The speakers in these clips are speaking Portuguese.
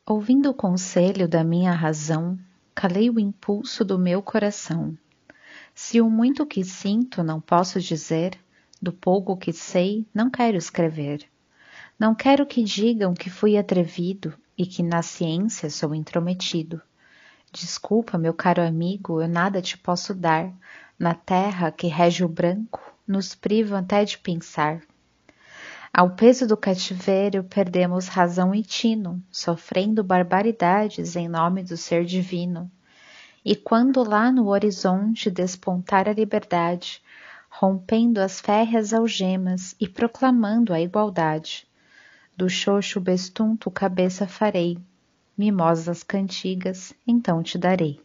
Ouvindo o conselho da minha razão, calei o impulso do meu coração. Se o muito que sinto não posso dizer, do pouco que sei não quero escrever. Não quero que digam que fui atrevido e que na ciência sou intrometido. Desculpa, meu caro amigo, eu nada te posso dar. Na terra que rege o branco, nos privam até de pensar. Ao peso do cativeiro perdemos razão e tino, sofrendo barbaridades em nome do ser divino. E quando lá no horizonte despontar a liberdade, rompendo as férreas algemas e proclamando a igualdade, do xoxo bestunto cabeça farei, mimosas cantigas então te darei.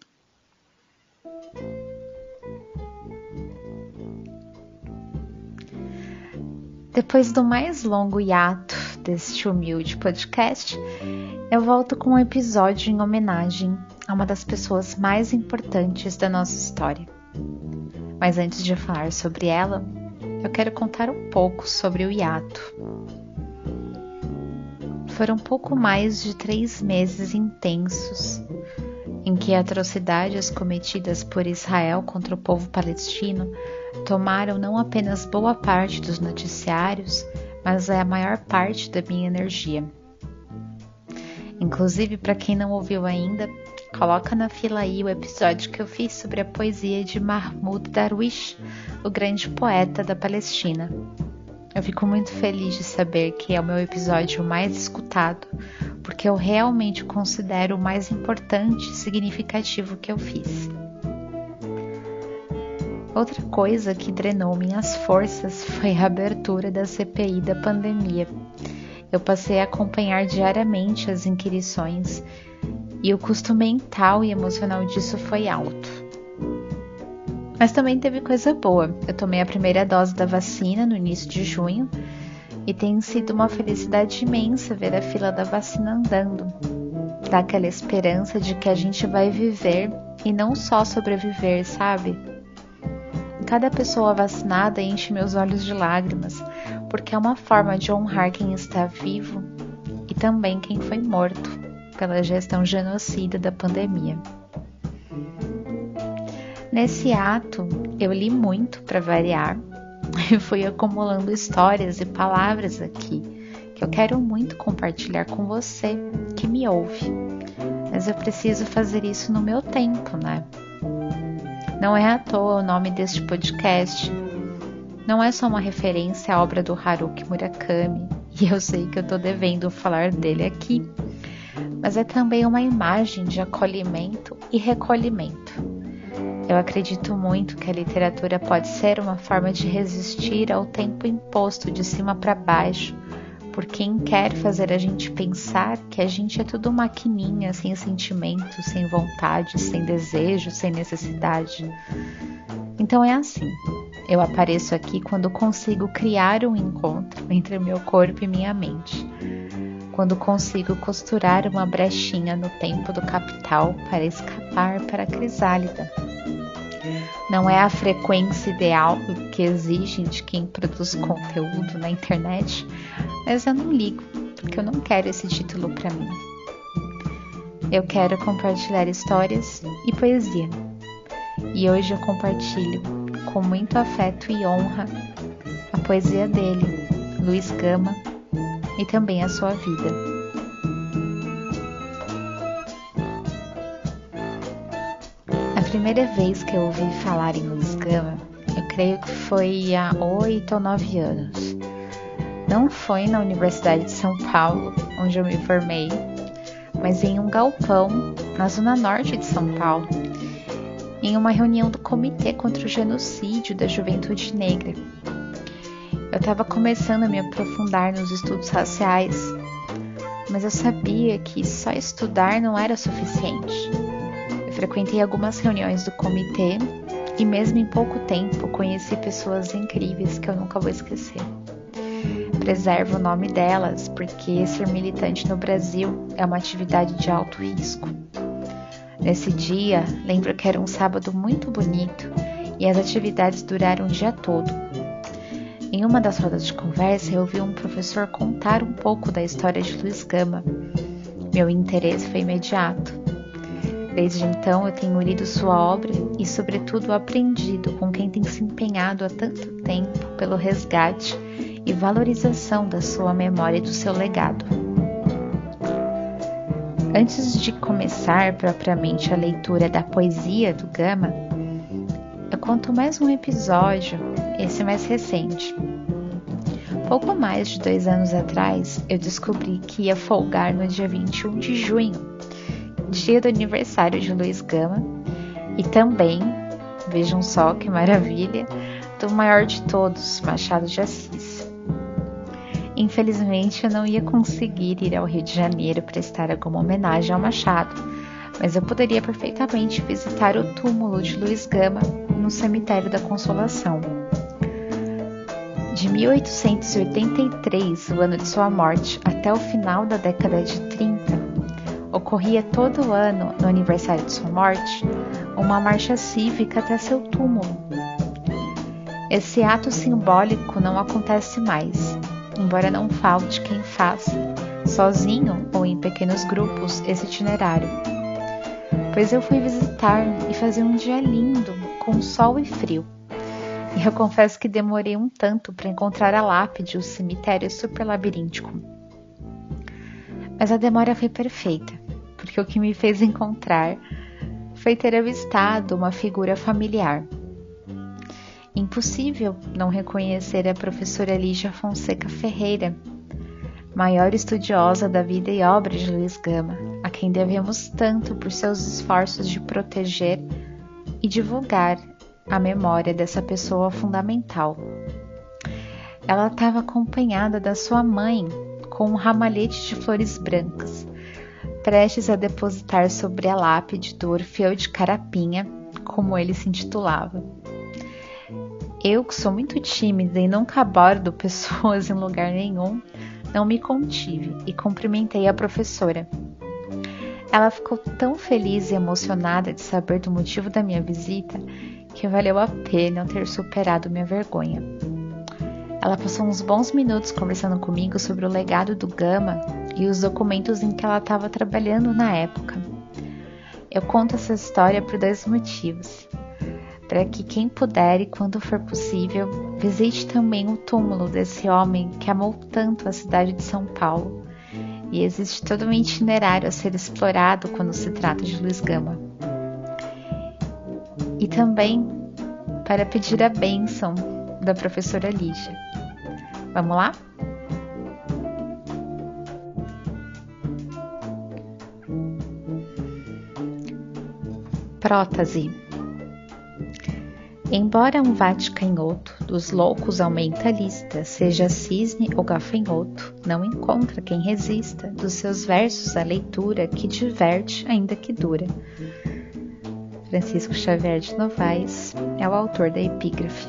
Depois do mais longo hiato deste humilde podcast, eu volto com um episódio em homenagem a uma das pessoas mais importantes da nossa história. Mas antes de falar sobre ela, eu quero contar um pouco sobre o hiato. Foram pouco mais de 3 meses intensos, em que atrocidades cometidas por Israel contra o povo palestino tomaram não apenas boa parte dos noticiários, mas a maior parte da minha energia. Inclusive, para quem não ouviu ainda, coloca na fila aí o episódio que eu fiz sobre a poesia de Mahmoud Darwish, o grande poeta da Palestina. Eu fico muito feliz de saber que é o meu episódio mais escutado, porque eu realmente considero o mais importante e significativo que eu fiz. Outra coisa que drenou minhas forças foi a abertura da CPI da pandemia. Eu passei a acompanhar diariamente as inquirições e o custo mental e emocional disso foi alto. Mas também teve coisa boa. Eu tomei a primeira dose da vacina no início de junho e tem sido uma felicidade imensa ver a fila da vacina andando. Dá aquela esperança de que a gente vai viver e não só sobreviver, sabe? Cada pessoa vacinada enche meus olhos de lágrimas, porque é uma forma de honrar quem está vivo e também quem foi morto pela gestão genocida da pandemia. Nesse ato, eu li muito para variar e fui acumulando histórias e palavras aqui que eu quero muito compartilhar com você que me ouve. Mas eu preciso fazer isso no meu tempo, né? Não é à toa o nome deste podcast. Não é só uma referência à obra do Haruki Murakami, e eu sei que eu tô devendo falar dele aqui, mas é também uma imagem de acolhimento e recolhimento. Eu acredito muito que a literatura pode ser uma forma de resistir ao tempo imposto de cima para baixo, por quem quer fazer a gente pensar que a gente é tudo maquininha, sem sentimento, sem vontade, sem desejo, sem necessidade. Então é assim, eu apareço aqui quando consigo criar um encontro entre meu corpo e minha mente, quando consigo costurar uma brechinha no tempo do capital para escapar para a crisálida. Não é a frequência ideal que exigem de quem produz conteúdo na internet, mas eu não ligo, porque eu não quero esse título para mim. Eu quero compartilhar histórias e poesia. E hoje eu compartilho, com muito afeto e honra, a poesia dele, Luiz Gama, e também a sua vida. A primeira vez que eu ouvi falar em Luiz Gama, eu creio que foi há 8 ou 9 anos. Não foi na Universidade de São Paulo, onde eu me formei, mas em um galpão na zona norte de São Paulo, em uma reunião do Comitê contra o Genocídio da Juventude Negra. Eu estava começando a me aprofundar nos estudos raciais, mas eu sabia que só estudar não era suficiente. Eu frequentei algumas reuniões do comitê e mesmo em pouco tempo conheci pessoas incríveis que eu nunca vou esquecer. Preservo o nome delas porque ser militante no Brasil é uma atividade de alto risco. Nesse dia, lembro que era um sábado muito bonito e as atividades duraram o dia todo. Em uma das rodas de conversa, eu ouvi um professor contar um pouco da história de Luiz Gama. Meu interesse foi imediato. Desde então eu tenho lido sua obra e, sobretudo, aprendido com quem tem se empenhado há tanto tempo pelo resgate e valorização da sua memória e do seu legado. Antes de começar propriamente a leitura da poesia do Gama, eu conto mais um episódio, esse mais recente. Pouco mais de 2 anos atrás, eu descobri que ia folgar no dia 21 de junho, dia do aniversário de Luiz Gama, e também, vejam só que maravilha, do maior de todos, Machado de Assis. Infelizmente, eu não ia conseguir ir ao Rio de Janeiro prestar alguma homenagem ao Machado, mas eu poderia perfeitamente visitar o túmulo de Luiz Gama no Cemitério da Consolação. De 1883, o ano de sua morte, até o final da década de 30, ocorria todo ano, no aniversário de sua morte, uma marcha cívica até seu túmulo. Esse ato simbólico não acontece mais, embora não falte quem faça, sozinho ou em pequenos grupos, esse itinerário. Pois eu fui visitar e fazia um dia lindo, com sol e frio. E eu confesso que demorei um tanto para encontrar a lápide, o cemitério super labiríntico. Mas a demora foi perfeita, porque o que me fez encontrar foi ter avistado uma figura familiar. Impossível não reconhecer a professora Lígia Fonseca Ferreira, maior estudiosa da vida e obra de Luiz Gama, a quem devemos tanto por seus esforços de proteger e divulgar a memória dessa pessoa fundamental. Ela estava acompanhada da sua mãe com um ramalhete de flores brancas, prestes a depositar sobre a lápide do Orfeu de Carapinha, como ele se intitulava. Eu, que sou muito tímida e nunca abordo pessoas em lugar nenhum, não me contive e cumprimentei a professora. Ela ficou tão feliz e emocionada de saber do motivo da minha visita que valeu a pena eu ter superado minha vergonha. Ela passou uns bons minutos conversando comigo sobre o legado do Gama e os documentos em que ela estava trabalhando na época. Eu conto essa história por 2 motivos. Para que quem puder e quando for possível, visite também o túmulo desse homem que amou tanto a cidade de São Paulo. E existe todo um itinerário a ser explorado quando se trata de Luiz Gama. E também para pedir a bênção da professora Lígia. Vamos lá? Prótase. Embora um vate-canhoto dos loucos ao mentalista seja cisne ou gafanhoto, não encontra quem resista dos seus versos a leitura que diverte ainda que dura. Francisco Xavier de Novaes é o autor da epígrafe.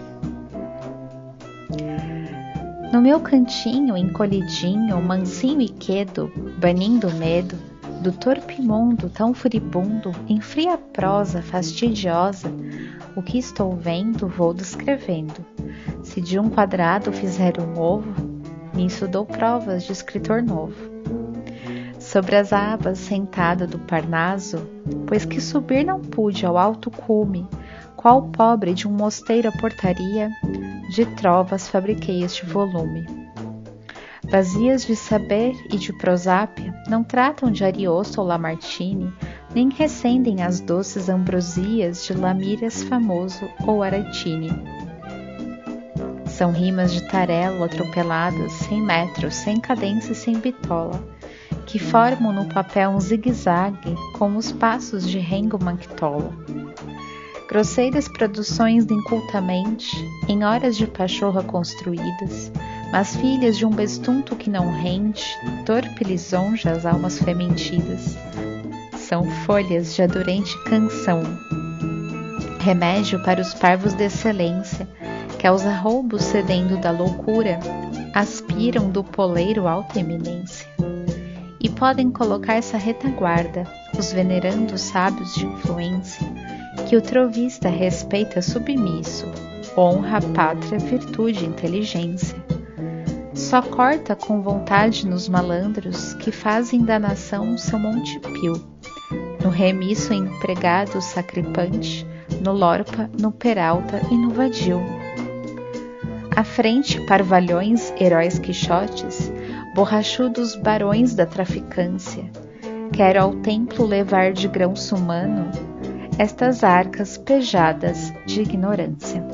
No meu cantinho encolhidinho, mansinho e quedo, banindo o medo do torpe mundo tão furibundo, em fria prosa fastidiosa, o que estou vendo vou descrevendo. Se de um quadrado fizer um ovo, nisso dou provas de escritor novo. Sobre as abas sentado do Parnaso, pois que subir não pude ao alto cume, qual pobre de um mosteiro a portaria, de trovas fabriquei este volume. Vazias de saber e de prosápia, não tratam de Ariosto ou Lamartine, nem recendem as doces ambrosias de Lamírias famoso ou Aratine. São rimas de tarelo atropeladas, sem metros, sem cadência e sem bitola, que formam no papel um zigue-zague como os passos de Rengo Manctola. Grosseiras produções de incultamente, em horas de pachorra construídas, mas filhas de um bestunto que não rende, torpe lisonja às almas fementidas. São folhas de adorente canção, remédio para os parvos de excelência, que aos arroubos cedendo da loucura, aspiram do poleiro alta eminência. E podem colocar essa retaguarda, os venerandos sábios de influência, que o trovista respeita submisso, honra, pátria, virtude e inteligência. só corta com vontade nos malandros que fazem da nação seu Monte Pio, no remisso empregado sacripante, no Lorpa, no Peralta e no Vadil. À frente, parvalhões, heróis quixotes, borrachudos barões da traficância, quero ao templo levar de grão sumano estas arcas pejadas de ignorância.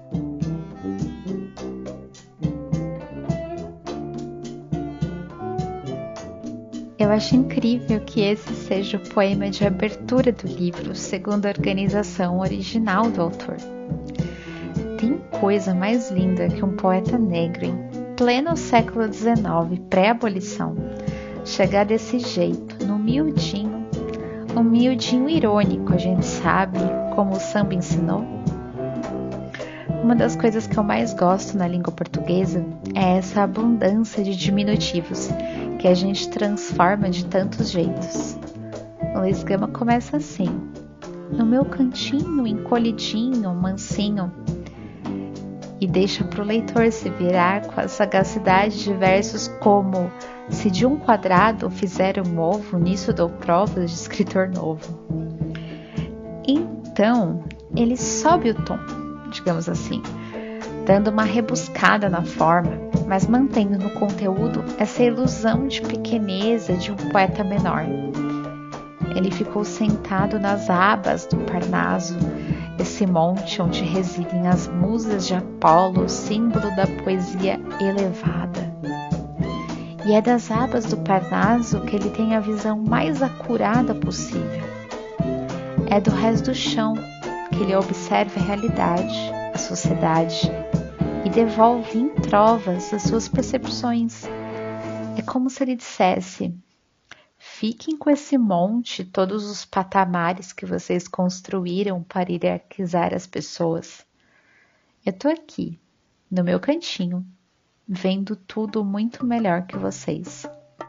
Eu acho incrível que esse seja o poema de abertura do livro, segundo a organização original do autor. Tem coisa mais linda que um poeta negro em pleno século XIX, pré-abolição, chegar desse jeito, no humildinho irônico, a gente sabe, como o samba ensinou? Uma das coisas que eu mais gosto na língua portuguesa é essa abundância de diminutivos que a gente transforma de tantos jeitos. O Luiz Gama começa assim: no meu cantinho, encolhidinho, mansinho, e deixa para o leitor se virar com a sagacidade de versos como: se de um quadrado fizer um ovo, nisso dou provas de escritor novo. Então, ele sobe o tom, digamos assim, dando uma rebuscada na forma, mas mantendo no conteúdo essa ilusão de pequeneza de um poeta menor. Ele ficou sentado nas abas do Parnaso, esse monte onde residem as musas de Apolo, símbolo da poesia elevada. E é das abas do Parnaso que ele tem a visão mais acurada possível. É do resto do chão que ele observa a realidade, a sociedade, e devolve em trovas as suas percepções. É como se ele dissesse: fiquem com esse monte, todos os patamares que vocês construíram para hierarquizar as pessoas. Eu tô aqui, no meu cantinho, vendo tudo muito melhor que vocês.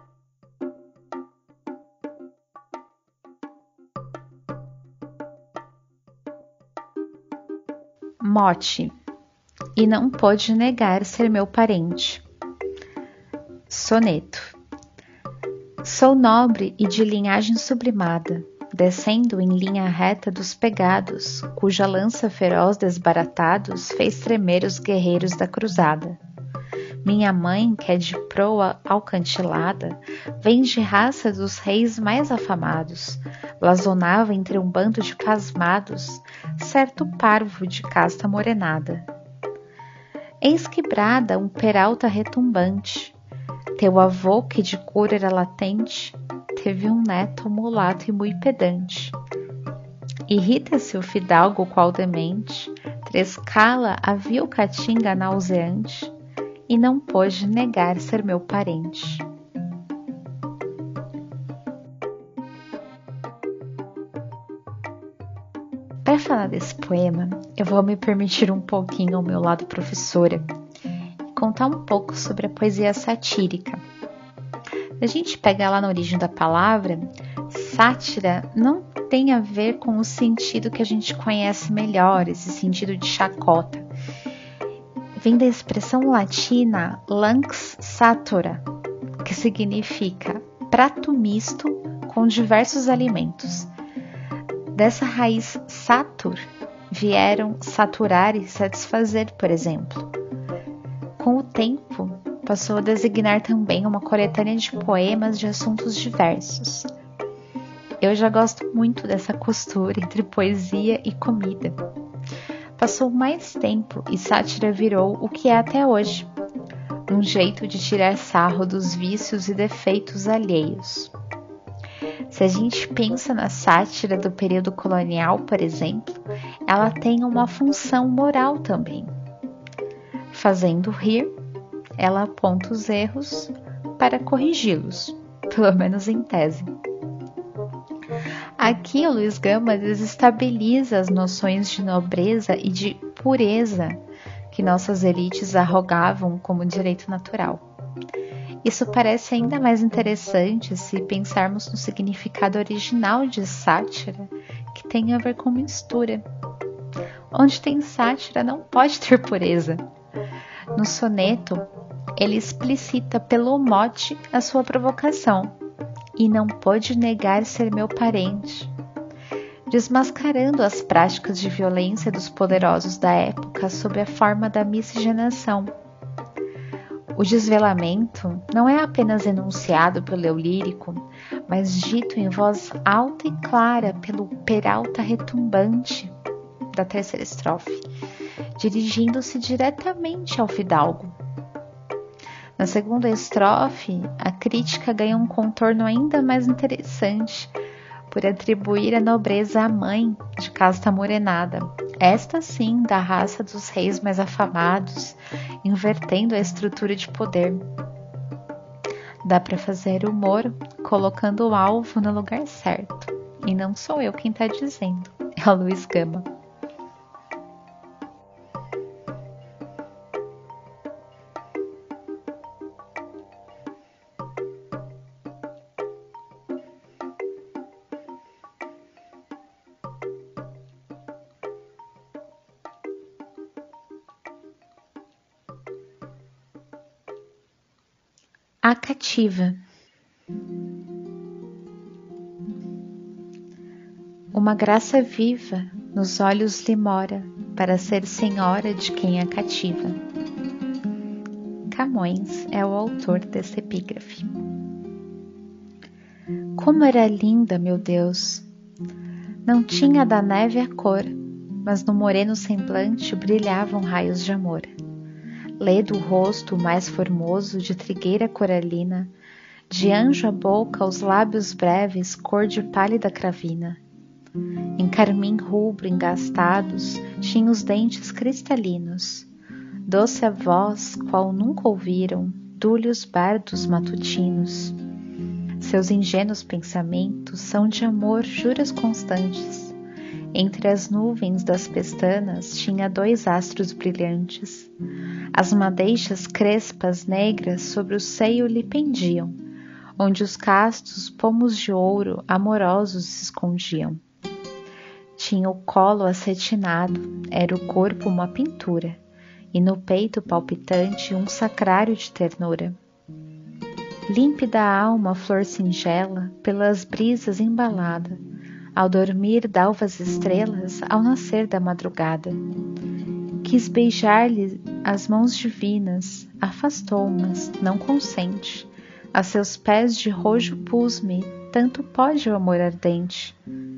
Mote: e não pôde negar ser meu parente. Soneto: sou nobre e de linhagem sublimada, descendo em linha reta dos pegados, cuja lança feroz desbaratados fez tremer os guerreiros da cruzada. Minha mãe, que é de proa alcantilada, vem de raça dos reis mais afamados, blasonava entre um bando de pasmados certo parvo de casta morenada. Eis que brada um peralta retumbante, teu avô, que de cor era latente, teve um neto mulato e mui pedante. Irrita-se o fidalgo qual demente, trescala a vil caatinga nauseante, e não pôde negar ser meu parente. Para falar desse poema, eu vou me permitir um pouquinho ao meu lado professora e contar um pouco sobre a poesia satírica. A gente pega lá na origem da palavra, sátira não tem a ver com o sentido que a gente conhece melhor, esse sentido de chacota. Vem da expressão latina lanx satura, que significa prato misto com diversos alimentos. Dessa raiz satur vieram saturar e satisfazer, por exemplo. Com o tempo, passou a designar também uma coletânea de poemas de assuntos diversos. Eu já gosto muito dessa costura entre poesia e comida. Passou mais tempo e sátira virou o que é até hoje, um jeito de tirar sarro dos vícios e defeitos alheios. Se a gente pensa na sátira do período colonial, por exemplo, ela tem uma função moral também. Fazendo rir, ela aponta os erros para corrigi-los, pelo menos em tese. Aqui o Luiz Gama desestabiliza as noções de nobreza e de pureza que nossas elites arrogavam como direito natural. Isso parece ainda mais interessante se pensarmos no significado original de sátira, que tem a ver com mistura. Onde tem sátira não pode ter pureza. No soneto, ele explicita pelo mote a sua provocação, e não pôde negar ser meu parente, desmascarando as práticas de violência dos poderosos da época sob a forma da miscigenação. O desvelamento não é apenas enunciado pelo eu lírico, mas dito em voz alta e clara pelo Peralta retumbante da terceira estrofe, dirigindo-se diretamente ao fidalgo. Na segunda estrofe, a crítica ganha um contorno ainda mais interessante, por atribuir a nobreza à mãe de casta morenada, esta sim da raça dos reis mais afamados, invertendo a estrutura de poder. Dá para fazer humor colocando o alvo no lugar certo, e não sou eu quem está dizendo, é o Luiz Gama. A cativa. Uma graça viva nos olhos lhe mora, para ser senhora de quem a cativa. Camões é o autor desse epígrafe. Como era linda, meu Deus! Não tinha da neve a cor, mas no moreno semblante brilhavam raios de amor. Ledo o rosto mais formoso de trigueira coralina, de anjo a boca, os lábios breves, cor de pálida cravina. Em carmim rubro engastados, tinha os dentes cristalinos. Doce a voz, qual nunca ouviram, dúlios bardos matutinos. Seus ingênuos pensamentos são de amor juras constantes. Entre as nuvens das pestanas tinha 2 astros brilhantes. As madeixas crespas negras sobre o seio lhe pendiam, onde os castos pomos de ouro amorosos se escondiam. Tinha o colo acetinado, era o corpo uma pintura, e no peito palpitante um sacrário de ternura. Límpida a alma flor singela, pelas brisas embalada, ao dormir d'alvas estrelas, ao nascer da madrugada. Quis beijar-lhe as mãos divinas, afastou, mas não consente. A seus pés de rojo pus-me, tanto pode o amor ardente.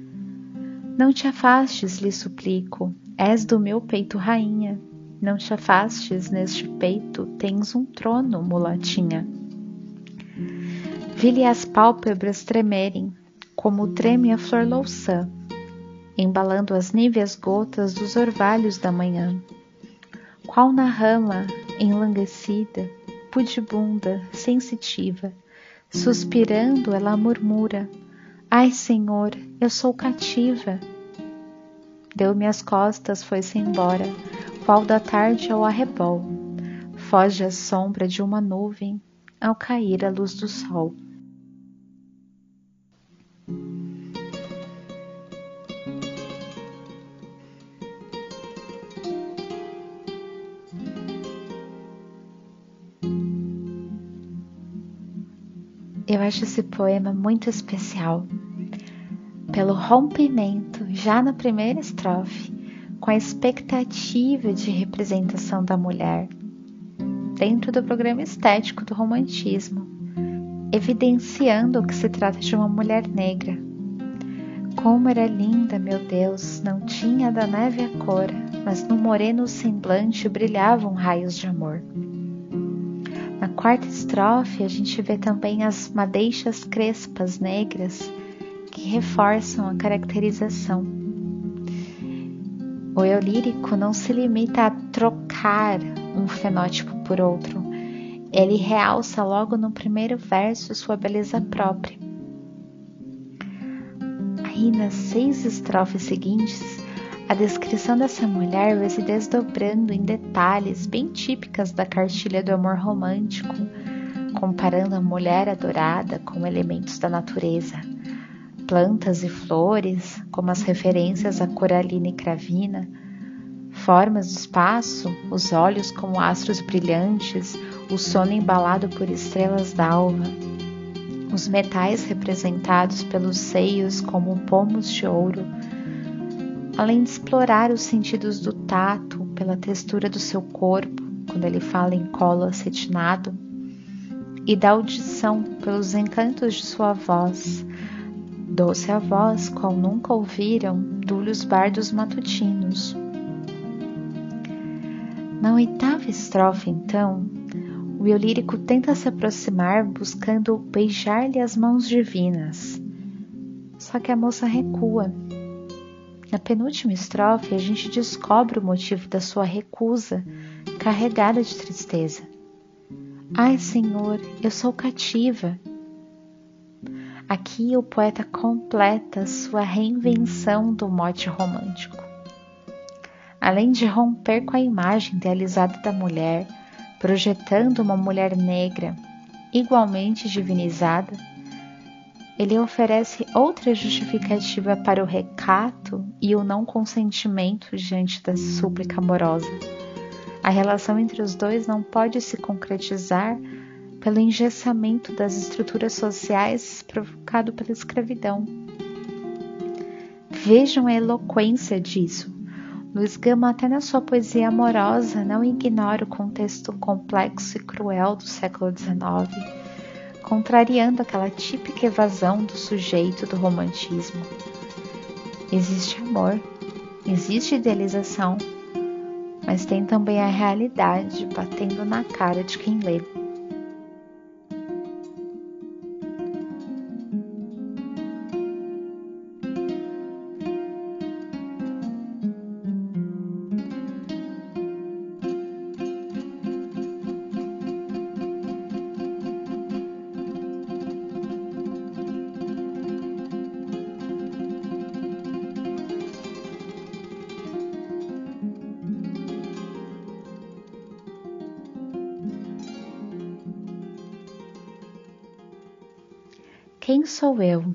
Não te afastes, lhe suplico, és do meu peito rainha. Não te afastes, neste peito tens um trono, mulatinha. Vi-lhe as pálpebras tremerem, como treme a flor louçã, embalando as níveas gotas dos orvalhos da manhã. Qual na rama, enlanguecida, pudibunda, sensitiva, suspirando ela murmura: ai, Senhor, eu sou cativa. Deu-me as costas, foi-se embora, qual da tarde ao arrebol, foge a sombra de uma nuvem, ao cair a luz do sol. Eu acho esse poema muito especial, pelo rompimento, já na primeira estrofe, com a expectativa de representação da mulher, dentro do programa estético do romantismo, evidenciando que se trata de uma mulher negra. Como era linda, meu Deus, não tinha da neve a cor, mas no moreno semblante brilhavam raios de amor. Na quarta estrofe, a gente vê também as madeixas crespas negras que reforçam a caracterização. O eu lírico não se limita a trocar um fenótipo por outro. Ele realça logo no primeiro verso sua beleza própria. Aí, nas 6 estrofes seguintes, a descrição dessa mulher vai se desdobrando em detalhes bem típicas da cartilha do amor romântico, comparando a mulher adorada com elementos da natureza, plantas e flores, como as referências a Coralina e Cravina, formas do espaço, os olhos como astros brilhantes, o sono embalado por estrelas d'alva, os metais representados pelos seios como pomos de ouro, além de explorar os sentidos do tato pela textura do seu corpo, quando ele fala em colo acetinado, e da audição pelos encantos de sua voz, doce a voz qual nunca ouviram dúlios bardos matutinos. Na oitava estrofe, então, o eu lírico tenta se aproximar buscando beijar-lhe as mãos divinas. Só que a moça recua. Na penúltima estrofe, a gente descobre o motivo da sua recusa, carregada de tristeza. Ai, Senhor, eu sou cativa. Aqui o poeta completa sua reinvenção do mote romântico. Além de romper com a imagem idealizada da mulher, projetando uma mulher negra, igualmente divinizada, ele oferece outra justificativa para o recato e o não consentimento diante da súplica amorosa. A relação entre os dois não pode se concretizar pelo engessamento das estruturas sociais provocado pela escravidão. Vejam a eloquência disso. Luiz Gama, até na sua poesia amorosa, não ignora o contexto complexo e cruel do século XIX, contrariando aquela típica evasão do sujeito do romantismo. Existe amor, existe idealização, mas tem também a realidade batendo na cara de quem lê. Quem sou eu?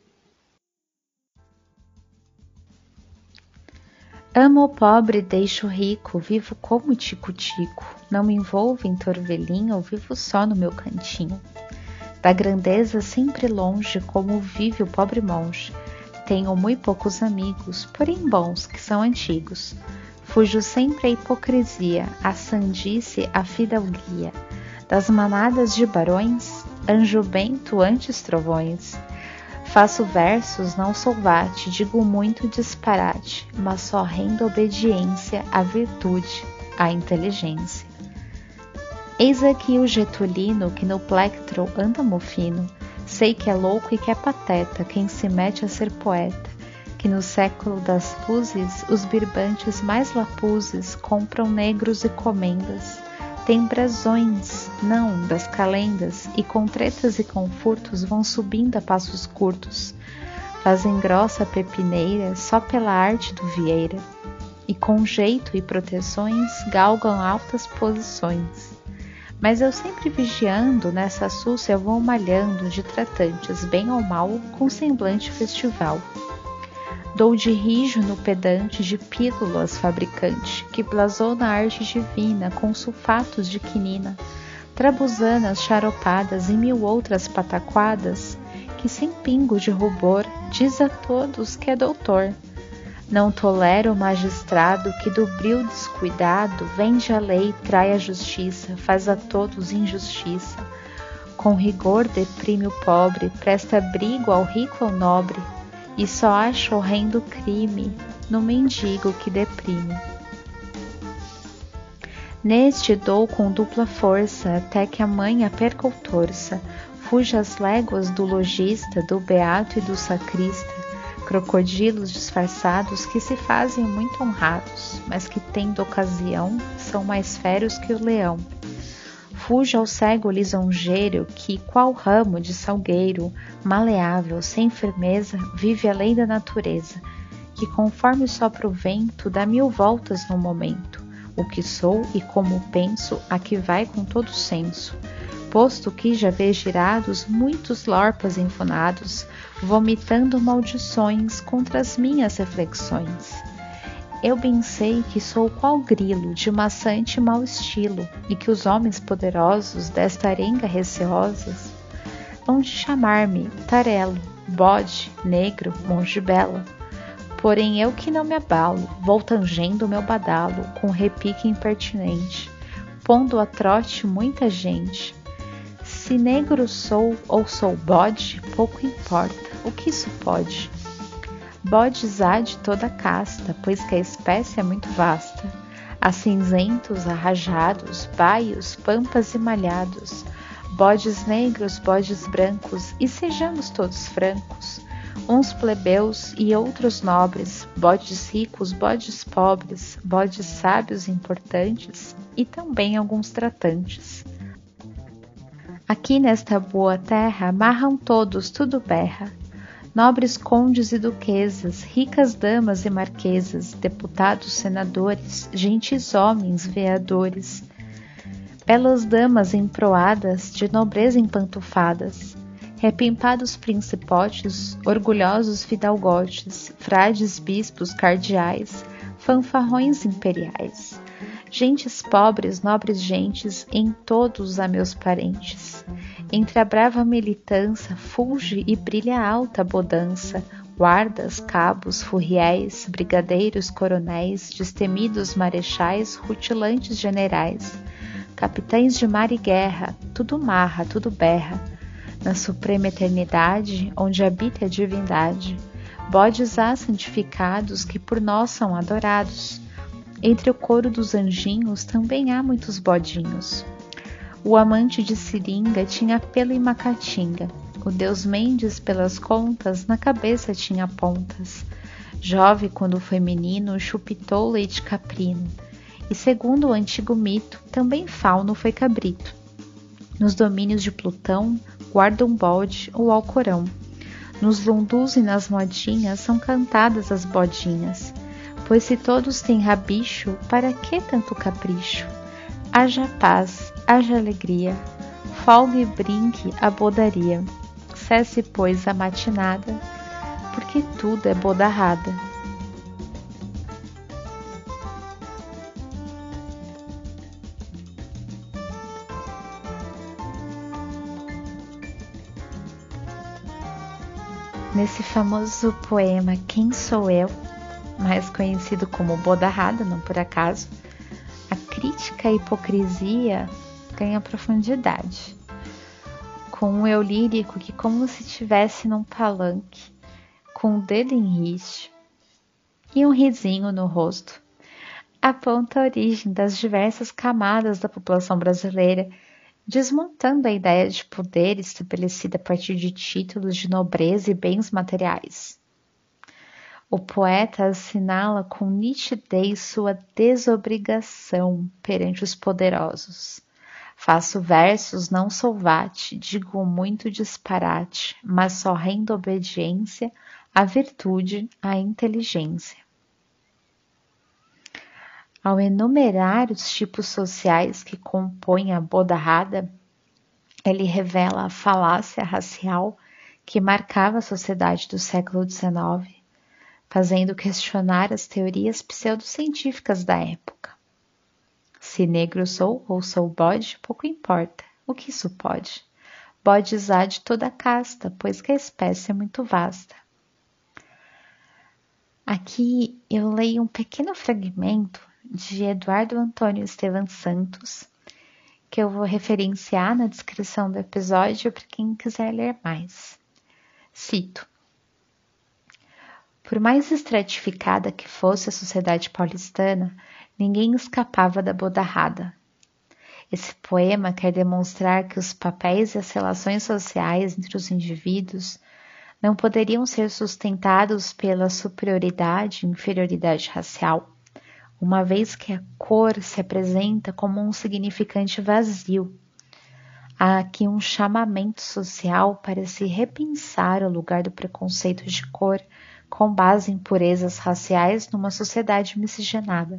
Amo o pobre, deixo o rico, vivo como tico-tico. Não me envolvo em torvelinho, vivo só no meu cantinho. Da grandeza sempre longe, como vive o pobre monge. Tenho muito poucos amigos, porém bons, que são antigos. Fujo sempre à hipocrisia, à sandice, à fidalguia. Das manadas de barões, anjo bento antes trovões. Faço versos, não sou vate, digo muito disparate, mas só rendo obediência à virtude, à inteligência. Eis aqui o getulino que no plectro anda mofino. Sei que é louco e que é pateta quem se mete a ser poeta, que no século das luzes os birbantes mais lapuzes compram negros e comendas. Tem brasões, não das calendas, e com tretas e com furtos vão subindo a passos curtos. Fazem grossa a pepineira só pela arte do vieira, e com jeito e proteções galgam altas posições. Mas eu sempre vigiando, nessa súcia eu vou malhando de tratantes, bem ou mal, com semblante festival. Dou de rijo no pedante de pílulas fabricante, que blasou na arte divina com sulfatos de quinina, trabuzanas charopadas e mil outras pataquadas, que sem pingo de rubor diz a todos que é doutor. Não tolero o magistrado que do bril descuidado vende a lei, trai a justiça, faz a todos injustiça. Com rigor deprime o pobre, presta abrigo ao rico ou nobre, e só acha horrendo crime no mendigo que deprime. Neste dou com dupla força, até que a manha perca ou torça, fuja as léguas do logista, do beato e do sacrista, crocodilos disfarçados que se fazem muito honrados, mas que, tendo ocasião, são mais feros que o leão. Fuja ao cego lisonjeiro que, qual ramo de salgueiro, maleável, sem firmeza, vive além da natureza, que conforme sopra o vento, dá 1000 voltas no momento. O que sou e como penso, aqui vai com todo senso. Posto que já vê girados muitos lorpas enfunados, vomitando maldições contra as minhas reflexões. eu bem sei que sou qual grilo de maçante mau estilo, e que os homens poderosos desta arenga receosos hão de chamar-me tarelo, bode, negro, monge belo. Porém eu que não me abalo, vou tangendo meu badalo com repique impertinente, pondo a trote muita gente. Se negro sou ou sou bode, pouco importa, o que isso pode? Bodes há de toda casta, pois que a espécie é muito vasta. Há cinzentos, arrajados, baios, pampas e malhados, bodes negros, bodes brancos, e sejamos todos francos, uns plebeus e outros nobres, bodes ricos, bodes pobres, bodes sábios e importantes, e também alguns tratantes. Aqui nesta boa terra amarram todos, tudo berra, nobres condes e duquesas, ricas damas e marquesas, deputados, senadores, gentis homens, veadores, belas damas emproadas, de nobreza empantufadas, repimpados principotes, orgulhosos fidalgotes, frades, bispos, cardeais, fanfarrões imperiais, gentes pobres, nobres gentes, em todos há meus parentes. Entre a brava militância fulge e brilha alta bodança, guardas, cabos, furriéis, brigadeiros, coronéis, destemidos marechais, rutilantes generais, capitães de mar e guerra, tudo marra, tudo berra, na suprema eternidade, onde habita a divindade, bodes há santificados que por nós são adorados. Entre o coro dos anjinhos também há muitos bodinhos. O amante de seringa tinha pelo e macatinga, o deus Mendes pelas contas na cabeça tinha pontas. Jove, quando foi menino, chupitou leite caprino, e segundo o antigo mito, também fauno foi cabrito. Nos domínios de Plutão, guarda um bode o Alcorão. Nos lundus e nas modinhas são cantadas as bodinhas, pois se todos têm rabicho, para que tanto capricho? Haja paz, haja alegria, folgue e brinque a bodaria. Cesse, pois, a matinada, porque tudo é bodarrada. Nesse famoso poema Quem Sou Eu, mais conhecido como Bodarrada, não por acaso, a crítica à hipocrisia ganha profundidade, com um eu lírico que, como se estivesse num palanque, com o dedo em riste e um risinho no rosto, aponta a origem das diversas camadas da população brasileira, desmontando a ideia de poder estabelecida a partir de títulos de nobreza e bens materiais. O poeta assinala com nitidez sua desobrigação perante os poderosos. Faço versos, não sou vate, digo muito disparate, mas só rendo obediência à virtude, à inteligência. Ao enumerar os tipos sociais que compõem a bodarrada, ele revela a falácia racial que marcava a sociedade do século XIX, fazendo questionar as teorias pseudocientíficas da época. Se negro sou ou sou bode, pouco importa, o que isso pode? Bodes há de toda casta, pois que a espécie é muito vasta. Aqui eu leio um pequeno fragmento de Eduardo Antônio Estevam Santos, que eu vou referenciar na descrição do episódio para quem quiser ler mais. Cito: por mais estratificada que fosse a sociedade paulistana, ninguém escapava da bodarrada. Esse poema quer demonstrar que os papéis e as relações sociais entre os indivíduos não poderiam ser sustentados pela superioridade e inferioridade racial, uma vez que a cor se apresenta como um significante vazio. Há aqui um chamamento social para se repensar o lugar do preconceito de cor com base em purezas raciais numa sociedade miscigenada.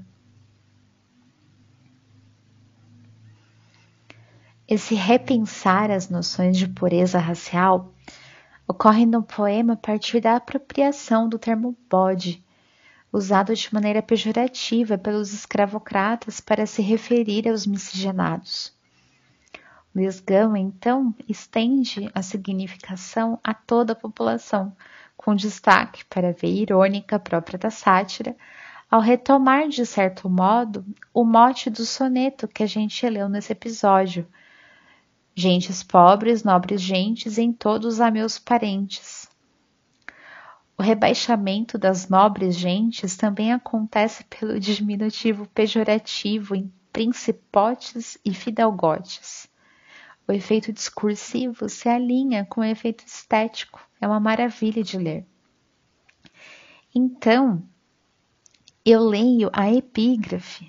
Esse repensar as noções de pureza racial ocorre no poema a partir da apropriação do termo bode, usado de maneira pejorativa pelos escravocratas para se referir aos miscigenados. Luiz Gama, então, estende a significação a toda a população, com destaque para a veia irônica própria da sátira, ao retomar, de certo modo, o mote do soneto que a gente leu nesse episódio. Gentes pobres, nobres gentes, em todos há meus parentes. O rebaixamento das nobres gentes também acontece pelo diminutivo pejorativo em principotes e fidalgotes. O efeito discursivo se alinha com o efeito estético. É uma maravilha de ler. Então, eu leio a epígrafe.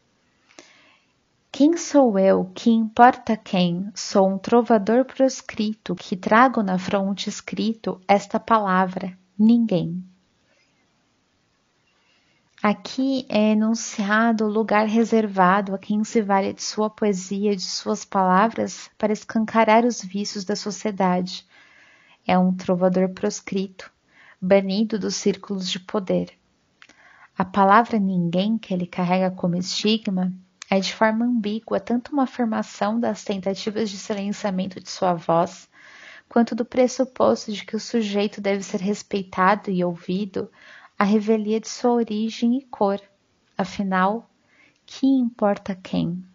Quem sou eu, que importa quem? Sou um trovador proscrito, que trago na fronte escrito esta palavra, ninguém. Aqui é enunciado o lugar reservado a quem se vale de sua poesia, de suas palavras, para escancarar os vícios da sociedade. É um trovador proscrito, banido dos círculos de poder. A palavra ninguém que ele carrega como estigma é de forma ambígua tanto uma afirmação das tentativas de silenciamento de sua voz, quanto do pressuposto de que o sujeito deve ser respeitado e ouvido, a revelia de sua origem e cor. Afinal, que importa quem?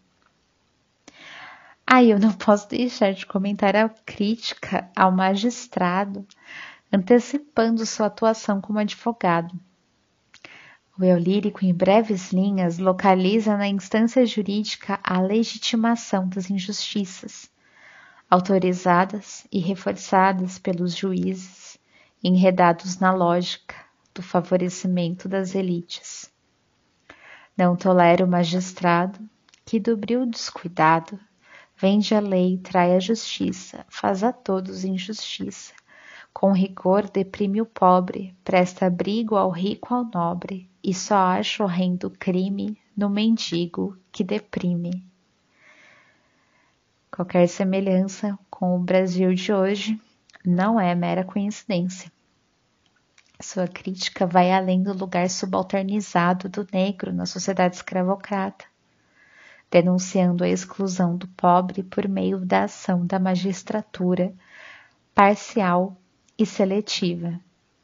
Eu não posso deixar de comentar a crítica ao magistrado, antecipando sua atuação como advogado. O eu lírico, em breves linhas, localiza na instância jurídica a legitimação das injustiças, autorizadas e reforçadas pelos juízes, enredados na lógica do favorecimento das elites. Não tolera o magistrado que, do bril descuidado, vende a lei, trai a justiça, faz a todos injustiça. Com rigor deprime o pobre, presta abrigo ao rico ao nobre, e só acha horrendo crime no mendigo que deprime. Qualquer semelhança com o Brasil de hoje não é mera coincidência. Sua crítica vai além do lugar subalternizado do negro na sociedade escravocrata, denunciando a exclusão do pobre por meio da ação da magistratura parcial e seletiva.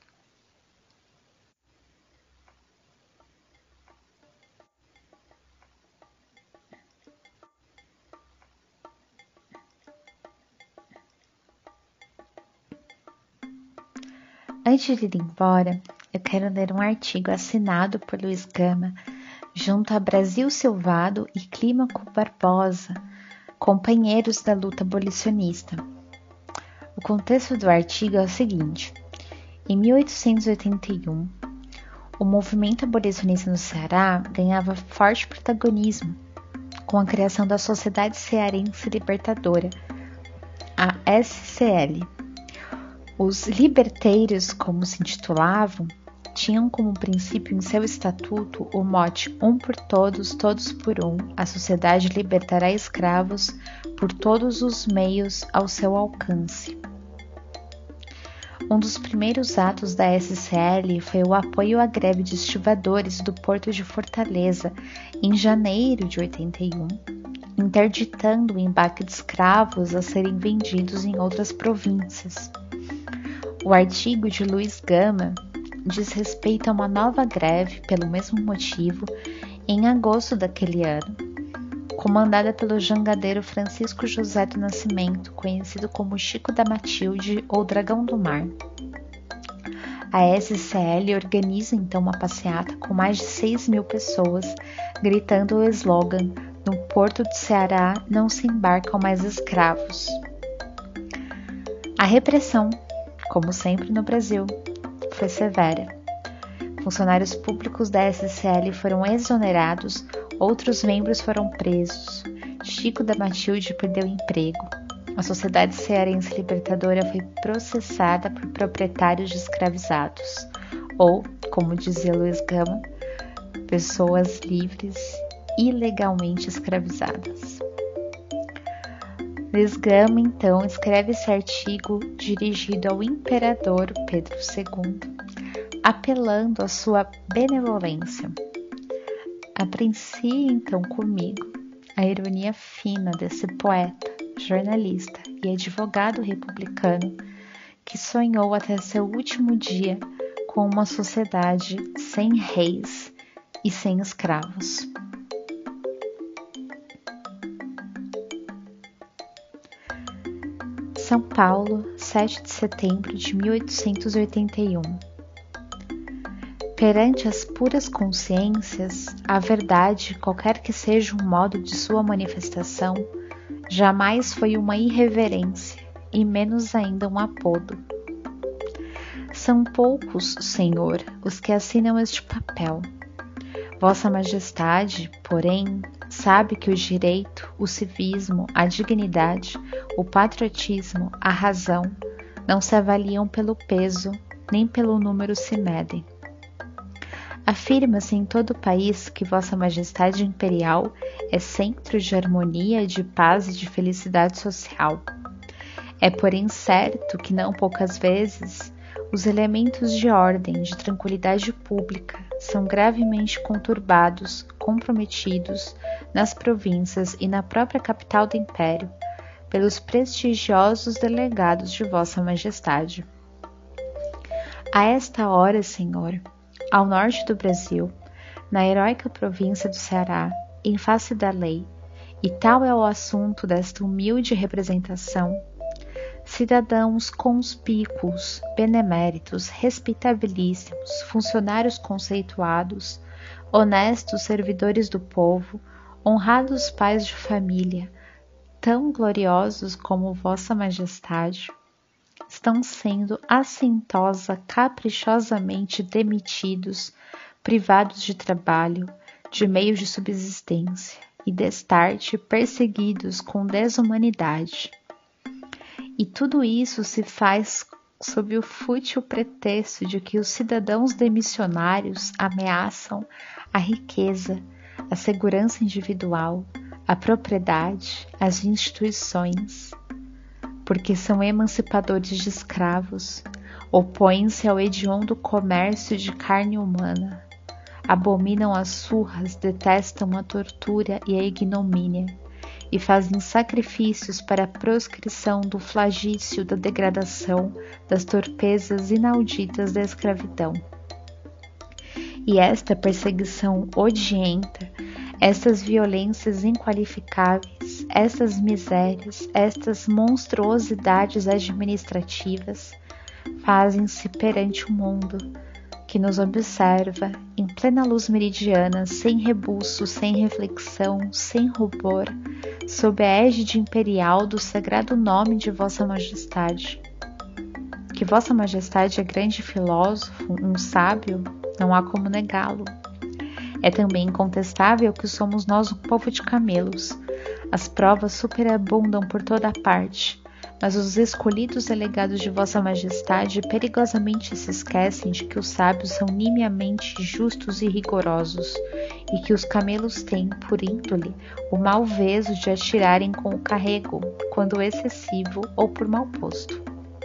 Antes de ir embora, eu quero ler um artigo assinado por Luiz Gama junto a Brasil Silvado e Clímaco Barbosa, companheiros da luta abolicionista. O contexto do artigo é o seguinte: em 1881, o movimento abolicionista no Ceará ganhava forte protagonismo com a criação da Sociedade Cearense Libertadora, a SCL. Os liberteiros, como se intitulavam, tinham como princípio em seu estatuto o mote um por todos, todos por um, a sociedade libertará escravos por todos os meios ao seu alcance. Um dos primeiros atos da SCL foi o apoio à greve de estivadores do Porto de Fortaleza, em janeiro de 81, interditando o embarque de escravos a serem vendidos em outras províncias. O artigo de Luiz Gama diz respeito a uma nova greve, pelo mesmo motivo, em agosto daquele ano, comandada pelo jangadeiro Francisco José do Nascimento, conhecido como Chico da Matilde ou Dragão do Mar. A SCL organiza então uma passeata com mais de 6.000 pessoas, gritando o slogan: "No Porto do Ceará não se embarcam mais escravos". A repressão, como sempre no Brasil, foi severa. Funcionários públicos da SCL foram exonerados, outros membros foram presos. Chico da Matilde perdeu emprego. A Sociedade Cearense Libertadora foi processada por proprietários de escravizados, ou, como dizia Luiz Gama, pessoas livres ilegalmente escravizadas. Luiz Gama, então, escreve esse artigo dirigido ao imperador Pedro II, apelando à sua benevolência. Aprecie então comigo a ironia fina desse poeta, jornalista e advogado republicano que sonhou até seu último dia com uma sociedade sem reis e sem escravos. São Paulo, 7 de setembro de 1881. Perante as puras consciências, a verdade, qualquer que seja o modo de sua manifestação, jamais foi uma irreverência, e menos ainda um apodo. São poucos, Senhor, os que assinam este papel. Vossa Majestade, porém, sabe que o direito, o civismo, a dignidade, o patriotismo, a razão, não se avaliam pelo peso, nem pelo número se medem. Afirma-se em todo o país que Vossa Majestade Imperial é centro de harmonia, de paz e de felicidade social. É, porém, certo que não poucas vezes os elementos de ordem, de tranquilidade pública, são gravemente conturbados, comprometidos nas províncias e na própria capital do Império, pelos prestigiosos delegados de Vossa Majestade. A esta hora, Senhor, ao norte do Brasil, na heróica província do Ceará, em face da lei, e tal é o assunto desta humilde representação, cidadãos conspícuos, beneméritos, respeitabilíssimos, funcionários conceituados, honestos servidores do povo, honrados pais de família, tão gloriosos como Vossa Majestade, estão sendo assintosa, caprichosamente demitidos, privados de trabalho, de meios de subsistência e destarte perseguidos com desumanidade. E tudo isso se faz sob o fútil pretexto de que os cidadãos demissionários ameaçam a riqueza, a segurança individual, a propriedade, as instituições, porque são emancipadores de escravos, opõem-se ao hediondo comércio de carne humana, abominam as surras, detestam a tortura e a ignomínia, e fazem sacrifícios para a proscrição do flagício da degradação, das torpezas inauditas da escravidão. E esta perseguição odienta, estas violências inqualificáveis, estas misérias, estas monstruosidades administrativas, fazem-se perante o mundo, que nos observa em plena luz meridiana, sem rebuço, sem reflexão, sem rubor, sob a égide imperial do sagrado nome de Vossa Majestade. Que Vossa Majestade é grande filósofo, um sábio, não há como negá-lo. É também incontestável que somos nós um povo de camelos. As provas superabundam por toda a parte, mas os escolhidos delegados de Vossa Majestade perigosamente se esquecem de que os sábios são nimiamente justos e rigorosos, e que os camelos têm, por índole, o mau veso de atirarem com o carrego, quando excessivo ou por mal posto.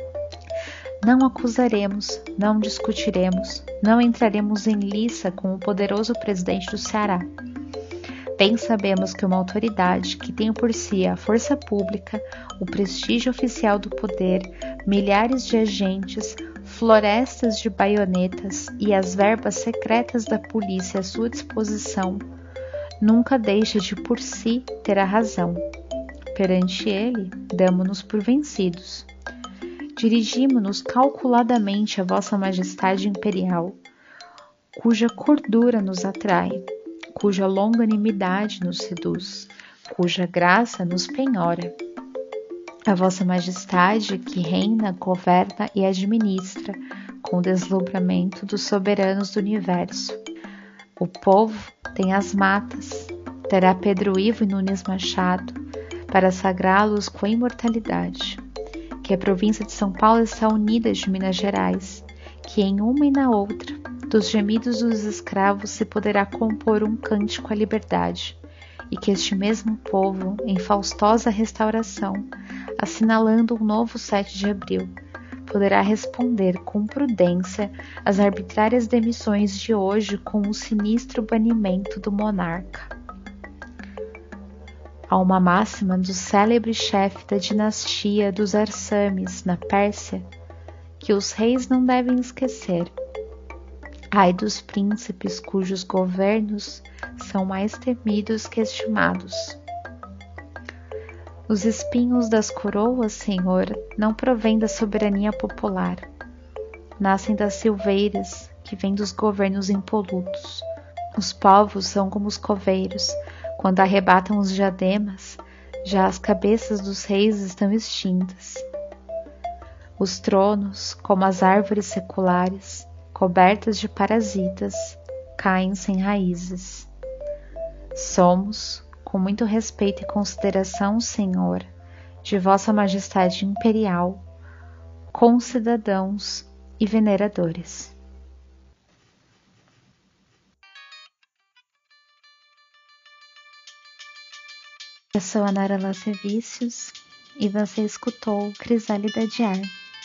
Não acusaremos, não discutiremos, não entraremos em liça com o poderoso presidente do Ceará. Bem sabemos que uma autoridade que tem por si a força pública, o prestígio oficial do poder, milhares de agentes, florestas de baionetas e as verbas secretas da polícia à sua disposição, nunca deixa de por si ter a razão. Perante ele, damo-nos por vencidos. Dirigimo-nos calculadamente a Vossa Majestade Imperial, cuja cordura nos atrai, cuja longanimidade nos seduz, cuja graça nos penhora. A Vossa Majestade que reina, governa e administra com o deslumbramento dos soberanos do universo. O povo tem as matas, terá Pedro Ivo e Nunes Machado para sagrá-los com a imortalidade. Que a província de São Paulo está unida de Minas Gerais, que em uma e na outra, dos gemidos dos escravos se poderá compor um cântico à liberdade, e que este mesmo povo, em faustosa restauração, assinalando um novo 7 de abril, poderá responder com prudência às arbitrárias demissões de hoje com o sinistro banimento do monarca. Há uma máxima do célebre chefe da dinastia dos Arsames, na Pérsia, que os reis não devem esquecer. Ai dos príncipes cujos governos são mais temidos que estimados. Os espinhos das coroas, Senhor, não provêm da soberania popular. Nascem das silveiras, que vêm dos governos impolutos. Os povos são como os coveiros. Quando arrebatam os diademas, já as cabeças dos reis estão extintas. Os tronos, como as árvores seculares, cobertas de parasitas, caem sem raízes. Somos, com muito respeito e consideração, Senhor, de Vossa Majestade Imperial, concidadãos e veneradores. Eu sou a Nara Lacevicius e você escutou Crisálida de Ar.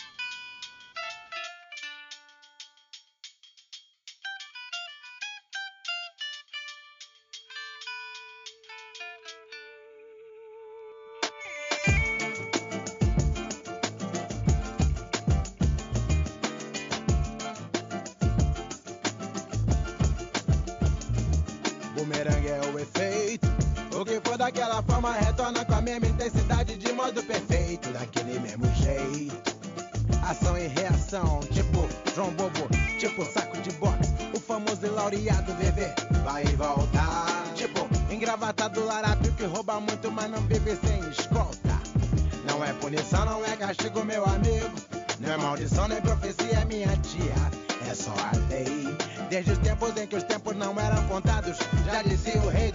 Bumerangue é o efeito. O que for daquela forma retorna com a mesma intensidade, de modo perfeito, daquele mesmo jeito. Ação e reação, tipo João Bobo, tipo saco de boxe. O famoso e laureado VV vai e volta. Tipo engravatado larápio que rouba muito, mas não vive sem escolta. Não é punição, não é castigo, meu amigo. Não é maldição, nem profecia, é minha tia. É só a lei. Desde os tempos em que os tempos não eram contados, já dizia o rei